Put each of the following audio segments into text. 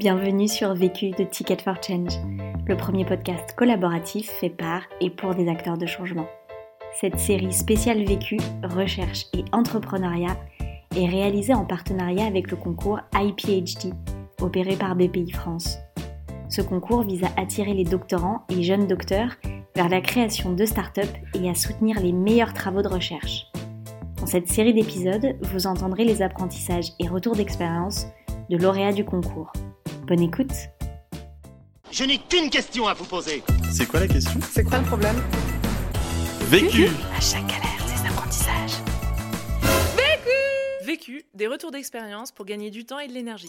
Bienvenue sur Vécu de Ticket for Change, le premier podcast collaboratif fait par et pour des acteurs de changement. Cette série spéciale Vécu, recherche et entrepreneuriat est réalisée en partenariat avec le concours iPhD, opéré par BPI France. Ce concours vise à attirer les doctorants et jeunes docteurs vers la création de startups et à soutenir les meilleurs travaux de recherche. Dans cette série d'épisodes, vous entendrez les apprentissages et retours d'expérience de lauréats du concours. Bonne écoute. Je n'ai qu'une question à vous poser. C'est quoi la question ? C'est quoi le problème ? Vécu. À chaque galère, des apprentissages. Vécu, des retours d'expérience pour gagner du temps et de l'énergie.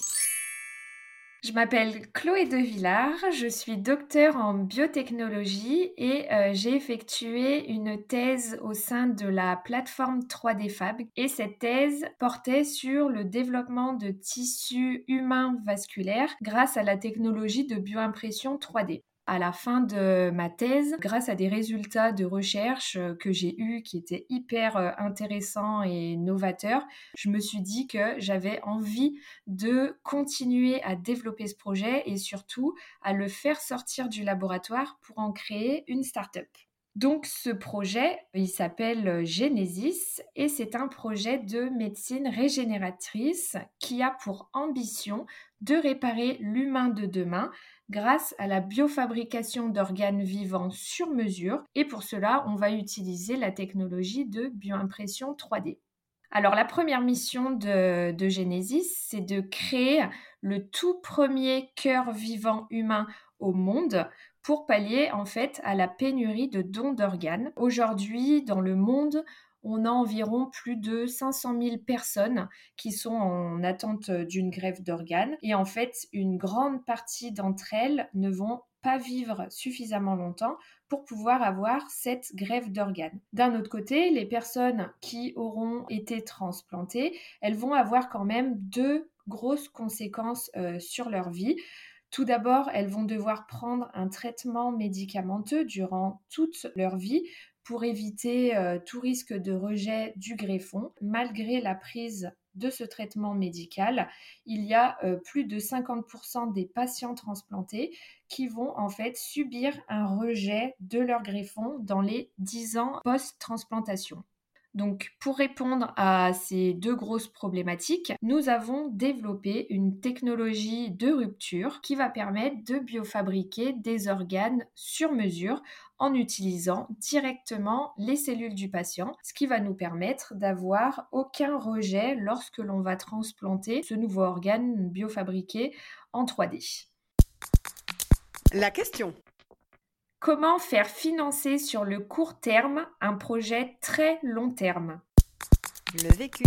Je m'appelle Chloé De Villard, je suis docteure en biotechnologie et j'ai effectué une thèse au sein de la plateforme 3D Fab. Et cette thèse portait sur le développement de tissus humains vasculaires grâce à la technologie de bioimpression 3D. À la fin de ma thèse, grâce à des résultats de recherche que j'ai eus qui étaient hyper intéressants et novateurs, je me suis dit que j'avais envie de continuer à développer ce projet et surtout à le faire sortir du laboratoire pour en créer une start-up. Donc ce projet, il s'appelle Genesis et c'est un projet de médecine régénératrice qui a pour ambition de réparer l'humain de demain grâce à la biofabrication d'organes vivants sur mesure et pour cela, on va utiliser la technologie de bioimpression 3D. Alors la première mission de Genesis, c'est de créer le tout premier cœur vivant humain au monde pour pallier en fait à la pénurie de dons d'organes. Aujourd'hui, dans le monde, on a environ plus de 500 000 personnes qui sont en attente d'une greffe d'organes. Et en fait, une grande partie d'entre elles ne vont pas vivre suffisamment longtemps pour pouvoir avoir cette greffe d'organes. D'un autre côté, les personnes qui auront été transplantées, elles vont avoir quand même deux grosses conséquences sur leur vie. Tout d'abord, elles vont devoir prendre un traitement médicamenteux durant toute leur vie pour éviter tout risque de rejet du greffon. Malgré la prise de ce traitement médical, il y a plus de 50% des patients transplantés qui vont en fait subir un rejet de leur greffon dans les 10 ans post-transplantation. Donc, pour répondre à ces deux grosses problématiques, nous avons développé une technologie de rupture qui va permettre de biofabriquer des organes sur mesure en utilisant directement les cellules du patient, ce qui va nous permettre d'avoir aucun rejet lorsque l'on va transplanter ce nouveau organe biofabriqué en 3D. La question. Comment faire financer sur le court terme un projet très long terme ? Le vécu.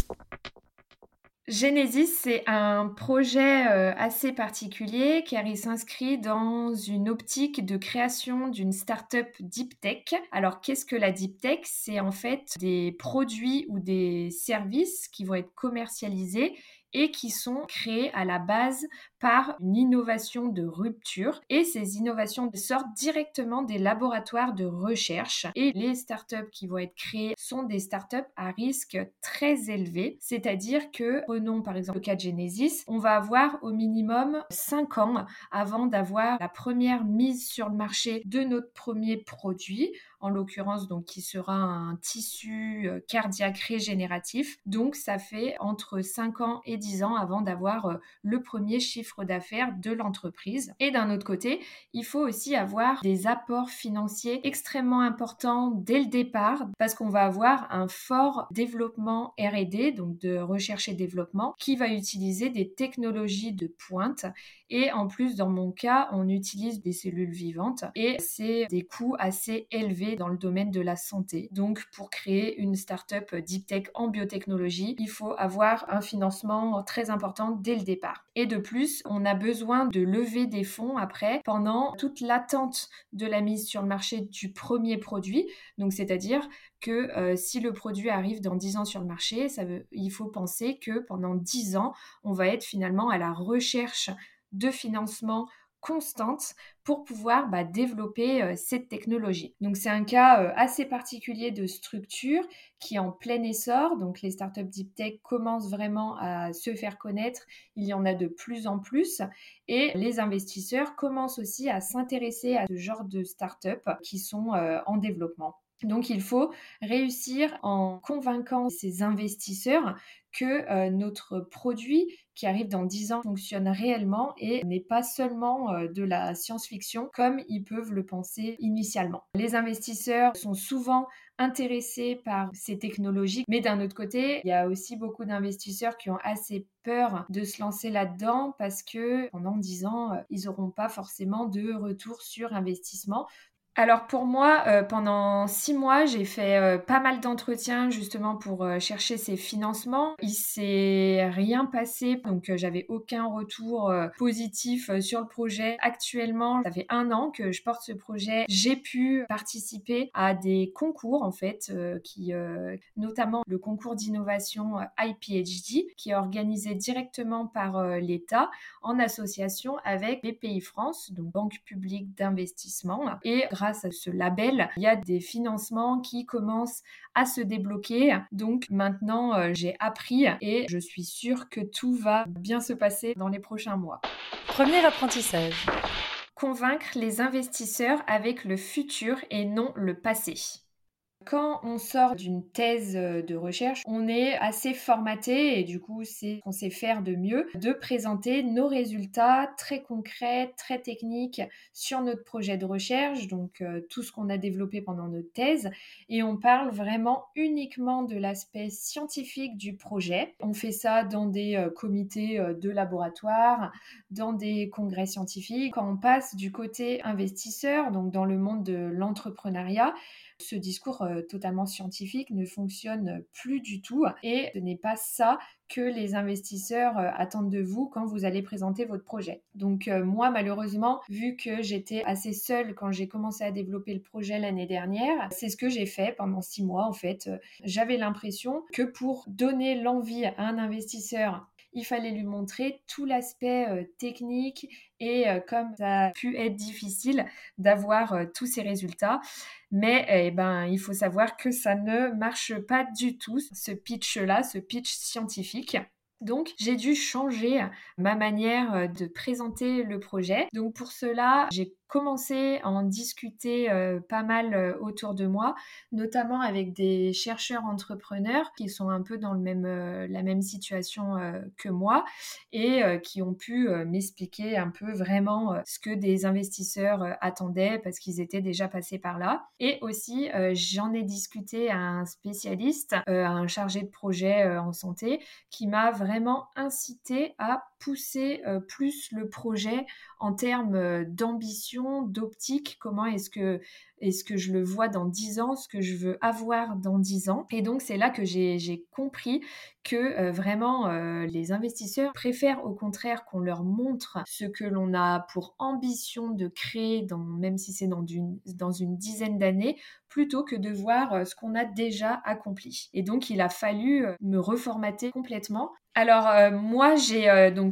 Genesis, c'est un projet assez particulier car il s'inscrit dans une optique de création d'une start-up deep tech. Alors, qu'est-ce que la deep tech ? C'est en fait des produits ou des services qui vont être commercialisés et qui sont créés à la base par une innovation de rupture. Et ces innovations sortent directement des laboratoires de recherche. Et les startups qui vont être créées sont des startups à risque très élevé. C'est-à-dire que, prenons par exemple le cas de Genesis, on va avoir au minimum 5 ans avant d'avoir la première mise sur le marché de notre premier produit, en l'occurrence donc qui sera un tissu cardiaque régénératif. Donc ça fait entre 5 ans et 10 ans avant d'avoir le premier chiffre d'affaires de l'entreprise. Et d'un autre côté, il faut aussi avoir des apports financiers extrêmement importants dès le départ parce qu'on va avoir un fort développement R&D, donc de recherche et développement, qui va utiliser des technologies de pointe. Et en plus, dans mon cas, on utilise des cellules vivantes et c'est des coûts assez élevés dans le domaine de la santé. Donc, pour créer une start-up deep tech en biotechnologie, il faut avoir un financement très important dès le départ. Et de plus, on a besoin de lever des fonds après pendant toute l'attente de la mise sur le marché du premier produit. Donc, c'est-à-dire que si le produit arrive dans 10 ans sur le marché, il faut penser que pendant 10 ans, on va être finalement à la recherche de financement constante pour pouvoir développer cette technologie. Donc c'est un cas assez particulier de structure qui est en plein essor. Donc les startups deep tech commencent vraiment à se faire connaître. Il y en a de plus en plus et les investisseurs commencent aussi à s'intéresser à ce genre de startups qui sont en développement. Donc il faut réussir en convainquant ces investisseurs que notre produit qui arrive dans 10 ans fonctionne réellement et n'est pas seulement de la science-fiction comme ils peuvent le penser initialement. Les investisseurs sont souvent intéressés par ces technologies, mais d'un autre côté, il y a aussi beaucoup d'investisseurs qui ont assez peur de se lancer là-dedans parce que pendant 10 ans, ils n'auront pas forcément de retour sur investissement. Alors pour moi, pendant 6 mois, j'ai fait pas mal d'entretiens justement pour chercher ces financements. Il s'est rien passé, donc j'avais aucun retour positif sur le projet. Actuellement, ça fait 1 an que je porte ce projet. J'ai pu participer à des concours en fait, notamment le concours d'innovation iPhD, qui est organisé directement par l'État en association avec BPI-France, donc Banque publique d'investissement. Et grâce à ce label, il y a des financements qui commencent à se débloquer. Donc maintenant, j'ai appris et je suis sûre que tout va bien se passer dans les prochains mois. Premier apprentissage. Convaincre les investisseurs avec le futur et non le passé. Quand on sort d'une thèse de recherche, on est assez formaté et du coup, c'est ce qu'on sait faire de mieux, de présenter nos résultats très concrets, très techniques sur notre projet de recherche, donc tout ce qu'on a développé pendant notre thèse, et on parle vraiment uniquement de l'aspect scientifique du projet. On fait ça dans des comités de laboratoire, dans des congrès scientifiques. Quand on passe du côté investisseur, donc dans le monde de l'entrepreneuriat, ce discours totalement scientifique ne fonctionne plus du tout et ce n'est pas ça que les investisseurs attendent de vous quand vous allez présenter votre projet. Donc moi, malheureusement, vu que j'étais assez seule quand j'ai commencé à développer le projet l'année dernière, c'est ce que j'ai fait pendant 6 mois en fait. J'avais l'impression que pour donner l'envie à un investisseur, il fallait lui montrer tout l'aspect technique et comme ça a pu être difficile d'avoir tous ces résultats. Mais il faut savoir que ça ne marche pas du tout, ce pitch-là, ce pitch scientifique. Donc, j'ai dû changer ma manière de présenter le projet. Donc, pour cela, j'ai commencé à en discuter pas mal autour de moi, notamment avec des chercheurs entrepreneurs qui sont un peu dans la même situation que moi et qui ont pu m'expliquer un peu vraiment ce que des investisseurs attendaient parce qu'ils étaient déjà passés par là. Et aussi, j'en ai discuté à un spécialiste, à un chargé de projet en santé qui m'a vraiment incité à pousser plus le projet en termes d'ambition, d'optique, comment est-ce que je le vois dans 10 ans, ce que je veux avoir dans 10 ans. Et donc, c'est là que j'ai compris que vraiment, les investisseurs préfèrent au contraire qu'on leur montre ce que l'on a pour ambition de créer, même si c'est dans une dizaine d'années, plutôt que de voir ce qu'on a déjà accompli. Et donc, il a fallu me reformater complètement. Alors, moi, j'ai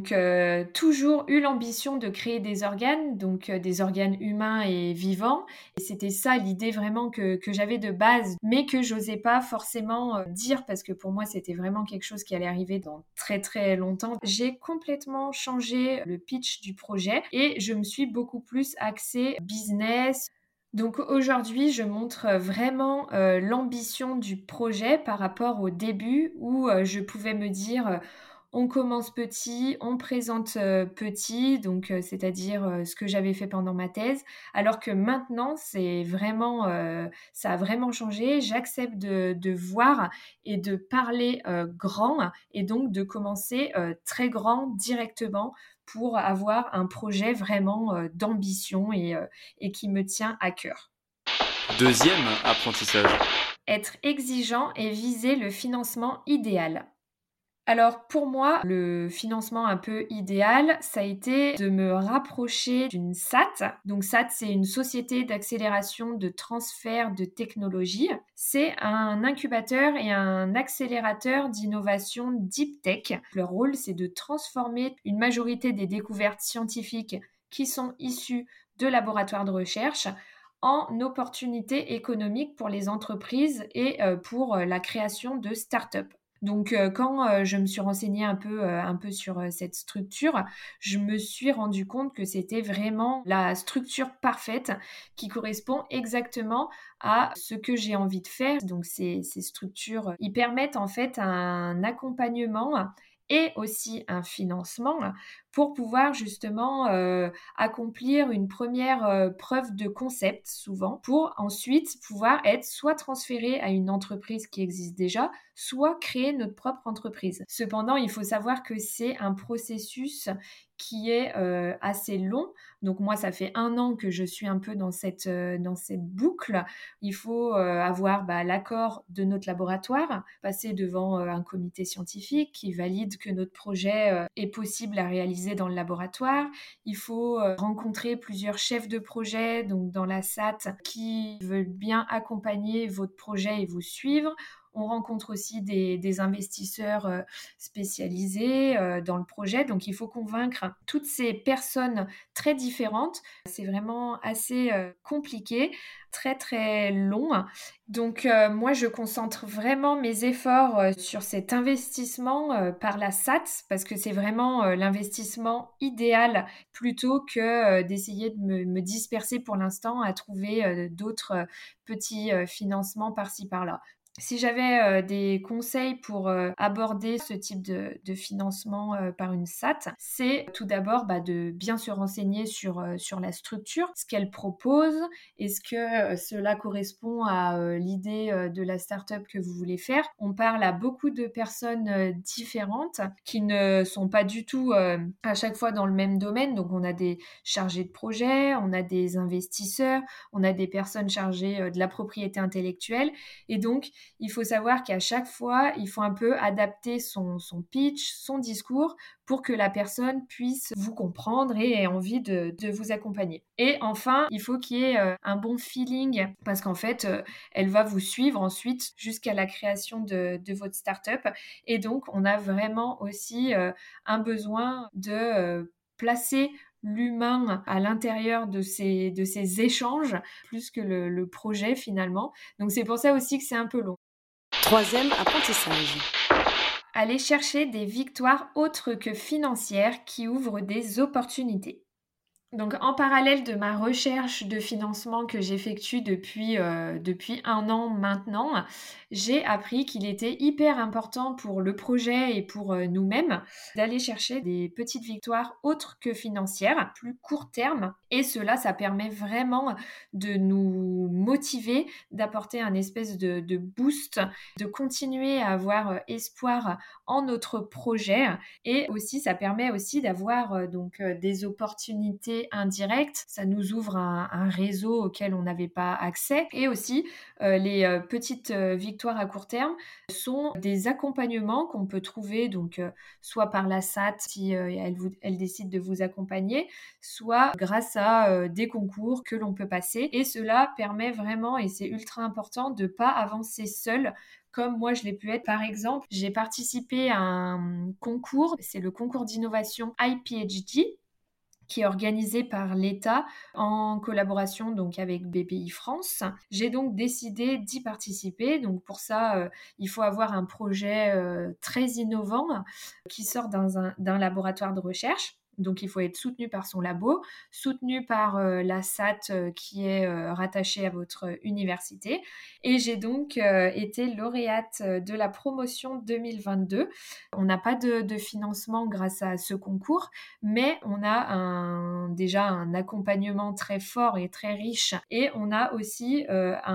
toujours eu l'ambition de créer des organes, donc des organes humains et vivants. Et c'était ça l'idée vraiment que j'avais de base, mais que j'osais pas forcément dire parce que pour moi, c'était vraiment quelque chose qui allait arriver dans très très longtemps. J'ai complètement changé le pitch du projet et je me suis beaucoup plus axée business. Donc aujourd'hui, je montre vraiment l'ambition du projet par rapport au début où je pouvais me dire on commence petit, on présente petit, donc c'est-à-dire ce que j'avais fait pendant ma thèse, alors que maintenant, c'est vraiment, ça a vraiment changé. J'accepte de voir et de parler grand et donc de commencer très grand directement pour avoir un projet vraiment d'ambition et qui me tient à cœur. Deuxième apprentissage. Être exigeant et viser le financement idéal. Alors pour moi, le financement un peu idéal, ça a été de me rapprocher d'une SAT. Donc SAT, c'est une société d'accélération de transfert de technologie. C'est un incubateur et un accélérateur d'innovation deep tech. Leur rôle, c'est de transformer une majorité des découvertes scientifiques qui sont issus de laboratoires de recherche en opportunités économiques pour les entreprises et pour la création de start-up. Donc, quand je me suis renseignée un peu sur cette structure, je me suis rendu compte que c'était vraiment la structure parfaite qui correspond exactement à ce que j'ai envie de faire. Donc, ces structures, ils permettent en fait un accompagnement et aussi un financement pour pouvoir justement accomplir une première preuve de concept souvent pour ensuite pouvoir être soit transféré à une entreprise qui existe déjà, soit créer notre propre entreprise. Cependant, il faut savoir que c'est un processus qui est assez long. Donc moi, ça fait 1 an que je suis un peu dans cette boucle. Il faut avoir l'accord de notre laboratoire, passer devant un comité scientifique qui valide que notre projet est possible à réaliser dans le laboratoire. Il faut rencontrer plusieurs chefs de projet, donc dans la SAT, qui veulent bien accompagner votre projet et vous suivre. On rencontre aussi des investisseurs spécialisés dans le projet. Donc, il faut convaincre toutes ces personnes très différentes. C'est vraiment assez compliqué, très, très long. Donc, moi, je concentre vraiment mes efforts sur cet investissement par la SAT parce que c'est vraiment l'investissement idéal plutôt que d'essayer de me disperser pour l'instant à trouver d'autres petits financements par-ci, par-là. Si j'avais des conseils pour aborder ce type de financement par une SAT, c'est tout d'abord de bien se renseigner sur la structure, ce qu'elle propose, est-ce que cela correspond à l'idée de la start-up que vous voulez faire. On parle à beaucoup de personnes différentes qui ne sont pas du tout à chaque fois dans le même domaine. Donc on a des chargés de projet, on a des investisseurs, on a des personnes chargées de la propriété intellectuelle et donc il faut savoir qu'à chaque fois, il faut un peu adapter son pitch, son discours pour que la personne puisse vous comprendre et ait envie de vous accompagner. Et enfin, il faut qu'il y ait un bon feeling parce qu'en fait, elle va vous suivre ensuite jusqu'à la création de votre start-up. Et donc, on a vraiment aussi un besoin de placer l'humain à l'intérieur de ces échanges plus que le projet finalement. Donc, c'est pour ça aussi que c'est un peu long. 3e apprentissage. Aller chercher des victoires autres que financières qui ouvrent des opportunités. Donc, en parallèle de ma recherche de financement que j'effectue depuis 1 an maintenant, j'ai appris qu'il était hyper important pour le projet et pour nous-mêmes d'aller chercher des petites victoires autres que financières, plus court terme. Et cela, ça permet vraiment de nous motiver, d'apporter un espèce de boost, de continuer à avoir espoir en notre projet. Et aussi, ça permet aussi d'avoir des opportunités indirectes. Ça nous ouvre un réseau auquel on n'avait pas accès. Et aussi, les petites victoires à court terme sont des accompagnements qu'on peut trouver soit par la SAT si elle décide de vous accompagner, soit grâce à des concours que l'on peut passer. Et cela permet vraiment, et c'est ultra important, de ne pas avancer seul comme moi je l'ai pu être. Par exemple, j'ai participé à un concours, c'est le concours d'innovation iPhD, qui est organisé par l'État en collaboration donc avec BPI France. J'ai donc décidé d'y participer. Donc pour ça, il faut avoir un projet très innovant qui sort d'un laboratoire de recherche. Donc, il faut être soutenu par son labo, soutenu par la SAT qui est rattachée à votre université. Et j'ai donc été lauréate de la promotion 2022. On n'a pas de financement grâce à ce concours, mais on a déjà un accompagnement très fort et très riche. Et on a aussi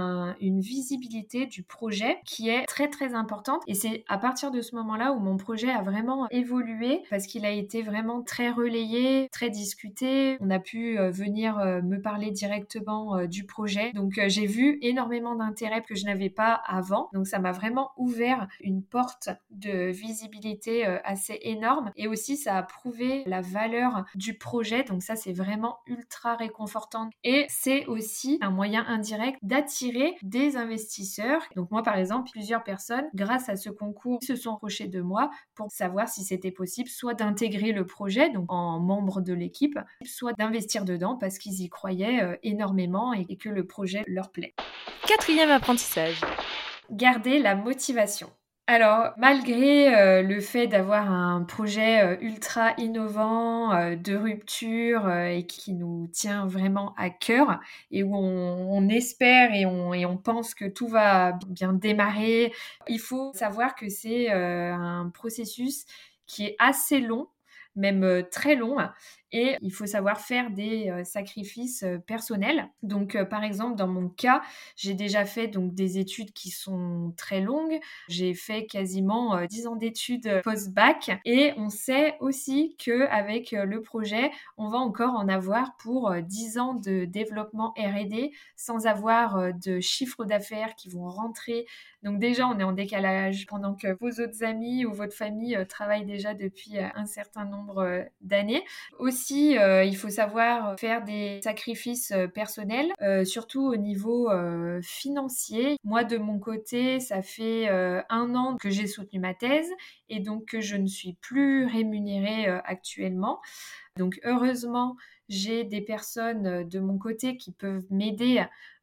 une visibilité du projet qui est très, très importante. Et c'est à partir de ce moment-là où mon projet a vraiment évolué parce qu'il a été vraiment très relayé, très discuté. On a pu venir me parler directement du projet. Donc, j'ai vu énormément d'intérêt que je n'avais pas avant. Donc, ça m'a vraiment ouvert une porte de visibilité assez énorme. Et aussi, ça a prouvé la valeur du projet. Donc, ça, c'est vraiment ultra réconfortant. Et c'est aussi un moyen indirect d'attirer des investisseurs. Donc, moi, par exemple, plusieurs personnes, grâce à ce concours, se sont approchées de moi pour savoir si c'était possible soit d'intégrer le projet, donc différents membres de l'équipe, soit d'investir dedans parce qu'ils y croyaient énormément et que le projet leur plaît. 4e apprentissage. Garder la motivation. Alors, malgré le fait d'avoir un projet ultra innovant, de rupture et qui nous tient vraiment à cœur et où on espère et on pense que tout va bien démarrer, il faut savoir que c'est un processus qui est assez long, même très long, et il faut savoir faire des sacrifices personnels. Donc, par exemple, dans mon cas, j'ai déjà fait donc, des études qui sont très longues. J'ai fait quasiment 10 ans d'études post-bac. Et on sait aussi qu'avec le projet, on va encore en avoir pour 10 ans de développement R&D sans avoir de chiffre d'affaires qui vont rentrer. Donc déjà, on est en décalage pendant que vos autres amis ou votre famille travaillent déjà depuis un certain nombre d'années. Aussi, il faut savoir faire des sacrifices personnels, surtout au niveau financier. Moi, de mon côté, ça fait 1 an que j'ai soutenu ma thèse et donc que je ne suis plus rémunérée actuellement. Donc heureusement, j'ai des personnes de mon côté qui peuvent m'aider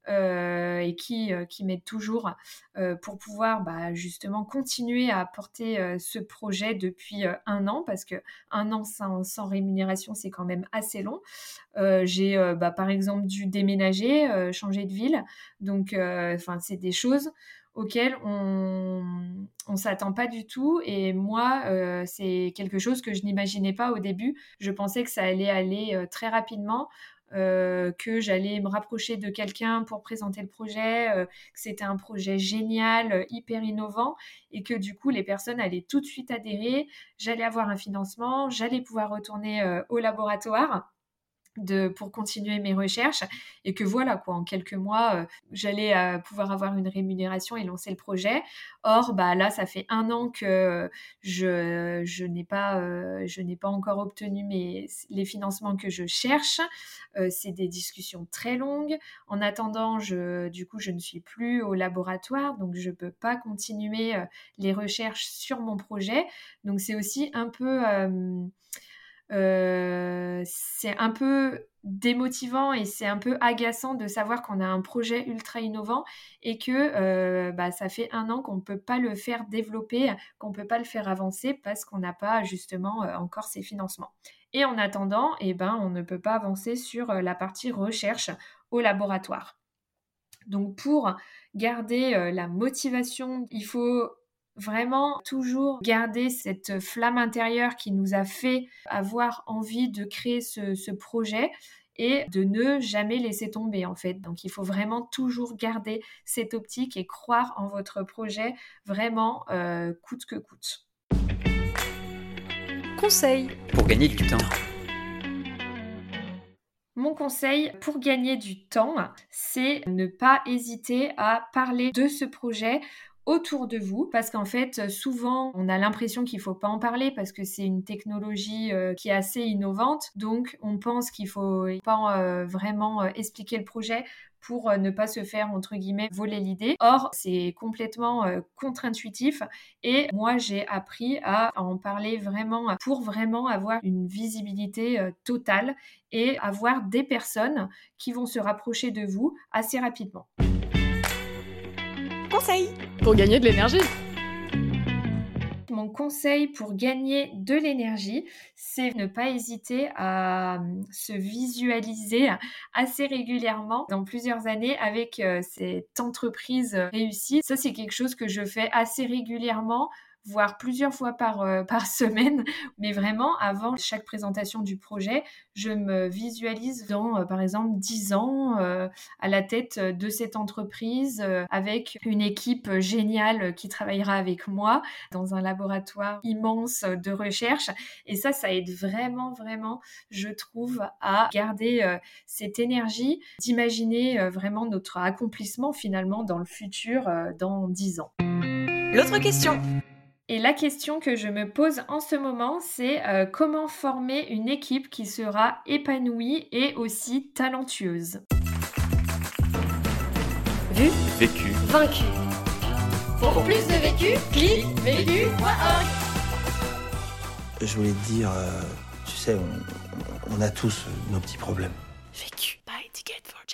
et qui m'aident toujours pour pouvoir justement continuer à porter ce projet depuis 1 an, parce que 1 an sans rémunération, c'est quand même assez long. J'ai par exemple dû déménager, changer de ville, donc c'est des choses auxquelles on s'attend pas du tout, et moi c'est quelque chose que je n'imaginais pas au début. Je pensais que ça allait aller très rapidement, que j'allais me rapprocher de quelqu'un pour présenter le projet, que c'était un projet génial, hyper innovant, et que du coup les personnes allaient tout de suite adhérer, j'allais avoir un financement, j'allais pouvoir retourner au laboratoire pour continuer mes recherches, et que voilà quoi, en quelques mois j'allais pouvoir avoir une rémunération et lancer le projet. Or là ça fait 1 an que je n'ai pas encore obtenu les financements que je cherche. C'est des discussions très longues. En attendant, je ne suis plus au laboratoire, donc je peux pas continuer les recherches sur mon projet. Donc c'est aussi un peu c'est un peu démotivant et c'est un peu agaçant de savoir qu'on a un projet ultra innovant et que ça fait 1 an qu'on ne peut pas le faire développer, qu'on ne peut pas le faire avancer parce qu'on n'a pas justement encore ces financements. Et en attendant, on ne peut pas avancer sur la partie recherche au laboratoire. Donc pour garder la motivation, il faut vraiment toujours garder cette flamme intérieure qui nous a fait avoir envie de créer ce projet et de ne jamais laisser tomber en fait. Donc il faut vraiment toujours garder cette optique et croire en votre projet vraiment coûte que coûte. Conseil pour gagner du temps. Mon conseil pour gagner du temps, c'est ne pas hésiter à parler de ce projet autour de vous, parce qu'en fait, souvent, on a l'impression qu'il ne faut pas en parler parce que c'est une technologie qui est assez innovante, donc on pense qu'il ne faut pas vraiment expliquer le projet pour ne pas se faire, entre guillemets, voler l'idée. Or, c'est complètement contre-intuitif et moi, j'ai appris à en parler vraiment pour vraiment avoir une visibilité totale et avoir des personnes qui vont se rapprocher de vous assez rapidement. Conseil pour gagner de l'énergie. Mon conseil pour gagner de l'énergie, c'est ne pas hésiter à se visualiser assez régulièrement dans plusieurs années avec cette entreprise réussie. Ça, c'est quelque chose que je fais assez régulièrement, voire plusieurs fois par semaine. Mais vraiment, avant chaque présentation du projet, je me visualise dans, par exemple, 10 ans à la tête de cette entreprise avec une équipe géniale qui travaillera avec moi dans un laboratoire immense de recherche. Et ça aide vraiment, vraiment, je trouve, à garder cette énergie d'imaginer vraiment notre accomplissement finalement dans le futur, dans 10 ans. L'autre question. Et la question que je me pose en ce moment, c'est comment former une équipe qui sera épanouie et aussi talentueuse. Vu, Vécu. vaincu. Pour plus de vécu, clique vécu.org. Je voulais te dire, tu sais, on a tous nos petits problèmes. Vécu by Ticket for